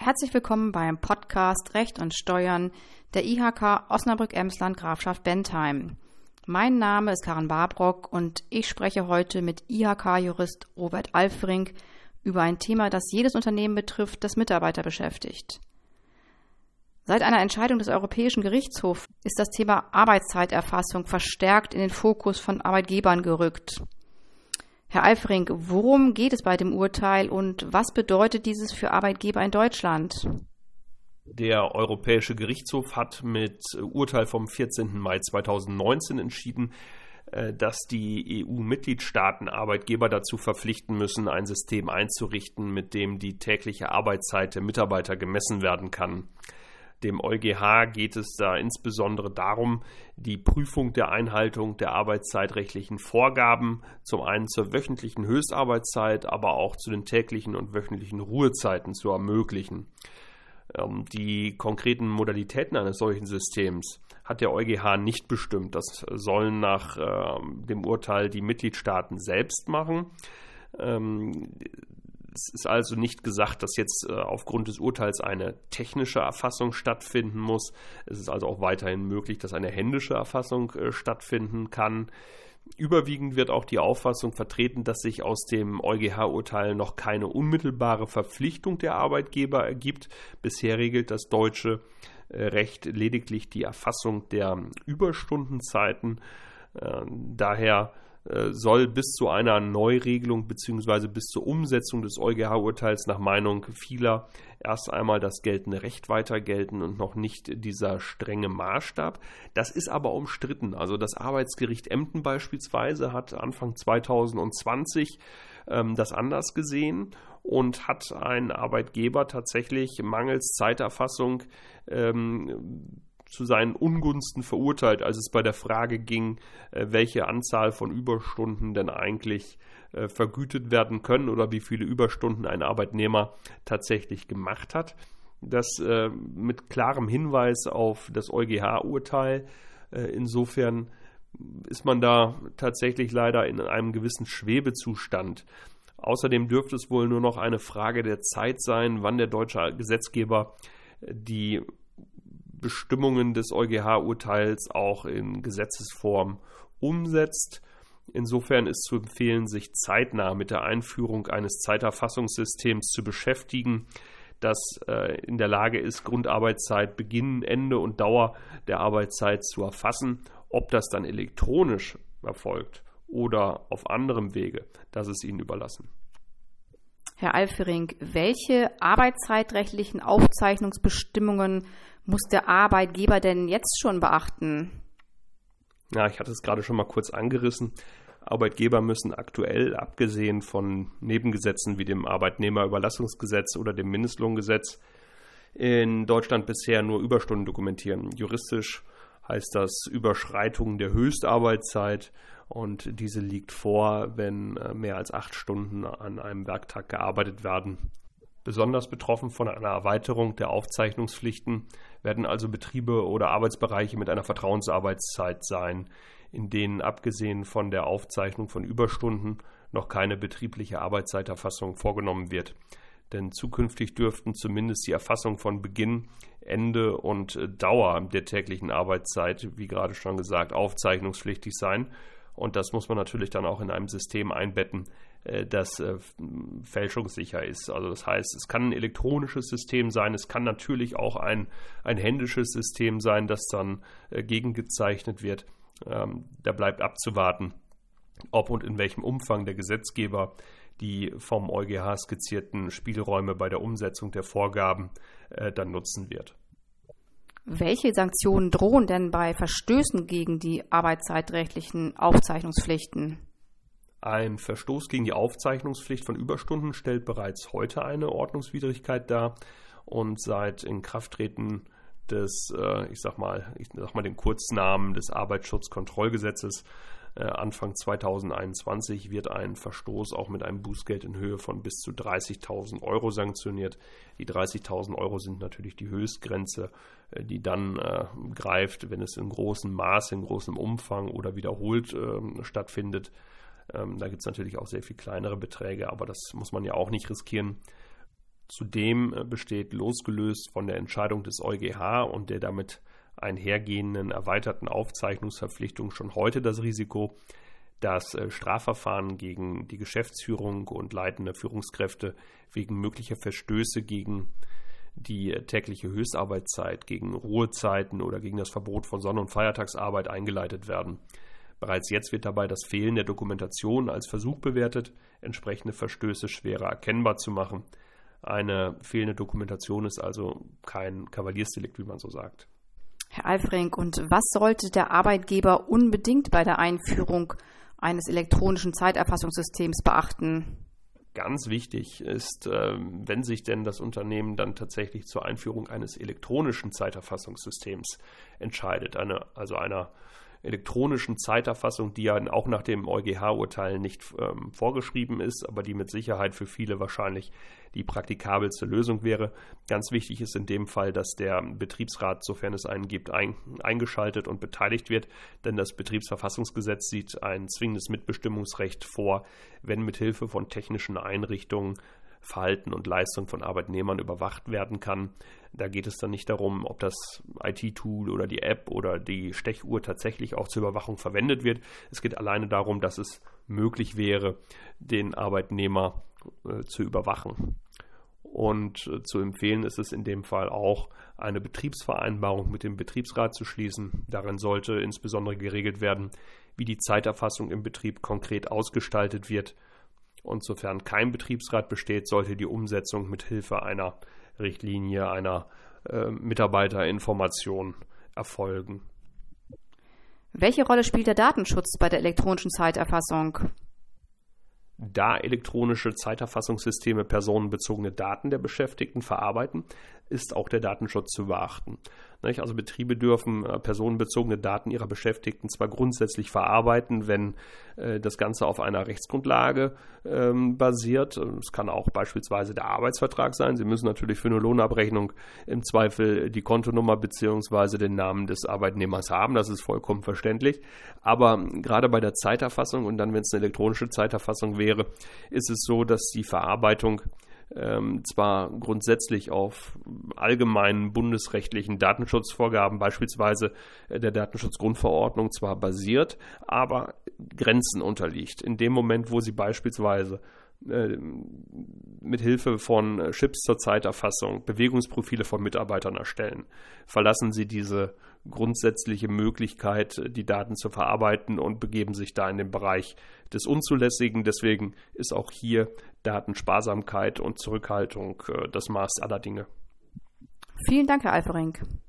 Herzlich willkommen beim Podcast Recht und Steuern der IHK Osnabrück-Emsland Grafschaft Bentheim. Mein Name ist Karin Barbrock und ich spreche heute mit IHK-Jurist Robert Alfring über ein Thema, das jedes Unternehmen betrifft, das Mitarbeiter beschäftigt. Seit einer Entscheidung des Europäischen Gerichtshofs ist das Thema Arbeitszeiterfassung verstärkt in den Fokus von Arbeitgebern gerückt. Herr Alfring, worum geht es bei dem Urteil und was bedeutet dieses für Arbeitgeber in Deutschland? Der Europäische Gerichtshof hat mit Urteil vom 14. Mai 2019 entschieden, dass die EU-Mitgliedstaaten Arbeitgeber dazu verpflichten müssen, ein System einzurichten, mit dem die tägliche Arbeitszeit der Mitarbeiter gemessen werden kann. Dem EuGH geht es da insbesondere darum, die Prüfung der Einhaltung der arbeitszeitrechtlichen Vorgaben, zum einen zur wöchentlichen Höchstarbeitszeit, aber auch zu den täglichen und wöchentlichen Ruhezeiten zu ermöglichen. Die konkreten Modalitäten eines solchen Systems hat der EuGH nicht bestimmt. Das sollen nach dem Urteil die Mitgliedstaaten selbst machen. Es ist also nicht gesagt, dass jetzt aufgrund des Urteils eine technische Erfassung stattfinden muss. Es ist also auch weiterhin möglich, dass eine händische Erfassung stattfinden kann. Überwiegend wird auch die Auffassung vertreten, dass sich aus dem EuGH-Urteil noch keine unmittelbare Verpflichtung der Arbeitgeber ergibt. Bisher regelt das deutsche Recht lediglich die Erfassung der Überstundenzeiten. Daher soll bis zu einer Neuregelung bzw. bis zur Umsetzung des EuGH-Urteils nach Meinung vieler erst einmal das geltende Recht weiter gelten und noch nicht dieser strenge Maßstab. Das ist aber umstritten. Also das Arbeitsgericht Emden beispielsweise hat Anfang 2020 das anders gesehen und hat einen Arbeitgeber tatsächlich mangels Zeiterfassung zu seinen Ungunsten verurteilt, als es bei der Frage ging, welche Anzahl von Überstunden denn eigentlich vergütet werden können oder wie viele Überstunden ein Arbeitnehmer tatsächlich gemacht hat. Das mit klarem Hinweis auf das EuGH-Urteil. Insofern ist man da tatsächlich leider in einem gewissen Schwebezustand. Außerdem dürfte es wohl nur noch eine Frage der Zeit sein, wann der deutsche Gesetzgeber die Bestimmungen des EuGH-Urteils auch in Gesetzesform umsetzt. Insofern ist zu empfehlen, sich zeitnah mit der Einführung eines Zeiterfassungssystems zu beschäftigen, das in der Lage ist, Grundarbeitszeit, Beginn, Ende und Dauer der Arbeitszeit zu erfassen. Ob das dann elektronisch erfolgt oder auf anderem Wege, das ist Ihnen überlassen. Herr Alfring, welche arbeitszeitrechtlichen Aufzeichnungsbestimmungen muss der Arbeitgeber denn jetzt schon beachten? Ja, ich hatte es gerade schon mal kurz angerissen. Arbeitgeber müssen aktuell, abgesehen von Nebengesetzen wie dem Arbeitnehmerüberlassungsgesetz oder dem Mindestlohngesetz, in Deutschland bisher nur Überstunden dokumentieren. Juristisch heißt das Überschreitung der Höchstarbeitszeit und diese liegt vor, wenn mehr als 8 Stunden an einem Werktag gearbeitet werden. Besonders betroffen von einer Erweiterung der Aufzeichnungspflichten werden also Betriebe oder Arbeitsbereiche mit einer Vertrauensarbeitszeit sein, in denen abgesehen von der Aufzeichnung von Überstunden noch keine betriebliche Arbeitszeiterfassung vorgenommen wird. Denn zukünftig dürften zumindest die Erfassung von Beginn, Ende und Dauer der täglichen Arbeitszeit, wie gerade schon gesagt, aufzeichnungspflichtig sein. Und das muss man natürlich dann auch in einem System einbetten, das fälschungssicher ist. Also das heißt, es kann ein elektronisches System sein, es kann natürlich auch ein händisches System sein, das dann gegengezeichnet wird. Da bleibt abzuwarten, ob und in welchem Umfang der Gesetzgeber die vom EuGH skizzierten Spielräume bei der Umsetzung der Vorgaben dann nutzen wird. Welche Sanktionen drohen denn bei Verstößen gegen die arbeitszeitrechtlichen Aufzeichnungspflichten? Ein Verstoß gegen die Aufzeichnungspflicht von Überstunden stellt bereits heute eine Ordnungswidrigkeit dar und seit Inkrafttreten des, ich sag mal den Kurznamen des Arbeitsschutzkontrollgesetzes Anfang 2021 wird ein Verstoß auch mit einem Bußgeld in Höhe von bis zu 30.000 Euro sanktioniert. Die 30.000 Euro sind natürlich die Höchstgrenze, die dann greift, wenn es in großem Maße, in großem Umfang oder wiederholt stattfindet. Da gibt es natürlich auch sehr viel kleinere Beträge, aber das muss man ja auch nicht riskieren. Zudem besteht losgelöst von der Entscheidung des EuGH und der damit einhergehenden erweiterten Aufzeichnungsverpflichtung schon heute das Risiko, dass Strafverfahren gegen die Geschäftsführung und leitende Führungskräfte wegen möglicher Verstöße gegen die tägliche Höchstarbeitszeit, gegen Ruhezeiten oder gegen das Verbot von Sonn- und Feiertagsarbeit eingeleitet werden. Bereits jetzt wird dabei das Fehlen der Dokumentation als Versuch bewertet, entsprechende Verstöße schwerer erkennbar zu machen. Eine fehlende Dokumentation ist also kein Kavaliersdelikt, wie man so sagt. Herr Alfring, und was sollte der Arbeitgeber unbedingt bei der Einführung eines elektronischen Zeiterfassungssystems beachten? Ganz wichtig ist, wenn sich denn das Unternehmen dann tatsächlich zur Einführung eines elektronischen Zeiterfassungssystems entscheidet, einer elektronischen Zeiterfassung, die ja auch nach dem EuGH-Urteil nicht vorgeschrieben ist, aber die mit Sicherheit für viele wahrscheinlich die praktikabelste Lösung wäre. Ganz wichtig ist in dem Fall, dass der Betriebsrat, sofern es einen gibt, eingeschaltet und beteiligt wird, denn das Betriebsverfassungsgesetz sieht ein zwingendes Mitbestimmungsrecht vor, wenn mithilfe von technischen Einrichtungen Verhalten und Leistung von Arbeitnehmern überwacht werden kann. Da geht es dann nicht darum, ob das IT-Tool oder die App oder die Stechuhr tatsächlich auch zur Überwachung verwendet wird. Es geht alleine darum, dass es möglich wäre, den Arbeitnehmer zu überwachen. Und zu empfehlen ist es in dem Fall auch, eine Betriebsvereinbarung mit dem Betriebsrat zu schließen. Darin sollte insbesondere geregelt werden, wie die Zeiterfassung im Betrieb konkret ausgestaltet wird. Und sofern kein Betriebsrat besteht, sollte die Umsetzung mit Hilfe einer Richtlinie, einer Mitarbeiterinformation erfolgen. Welche Rolle spielt der Datenschutz bei der elektronischen Zeiterfassung? Da elektronische Zeiterfassungssysteme personenbezogene Daten der Beschäftigten verarbeiten, ist auch der Datenschutz zu beachten. Also Betriebe dürfen personenbezogene Daten ihrer Beschäftigten zwar grundsätzlich verarbeiten, wenn das Ganze auf einer Rechtsgrundlage basiert. Es kann auch beispielsweise der Arbeitsvertrag sein. Sie müssen natürlich für eine Lohnabrechnung im Zweifel die Kontonummer bzw. den Namen des Arbeitnehmers haben. Das ist vollkommen verständlich. Aber gerade bei der Zeiterfassung und dann, wenn es eine elektronische Zeiterfassung wäre, ist es so, dass die Verarbeitung zwar grundsätzlich auf allgemeinen bundesrechtlichen Datenschutzvorgaben, beispielsweise der Datenschutzgrundverordnung, zwar basiert, aber Grenzen unterliegt. In dem Moment, wo sie beispielsweise mit Hilfe von Chips zur Zeiterfassung Bewegungsprofile von Mitarbeitern erstellen, verlassen sie diese grundsätzliche Möglichkeit, die Daten zu verarbeiten und begeben sich da in den Bereich des Unzulässigen. Deswegen ist auch hier Datensparsamkeit und Zurückhaltung das Maß aller Dinge. Vielen Dank, Herr Alfring.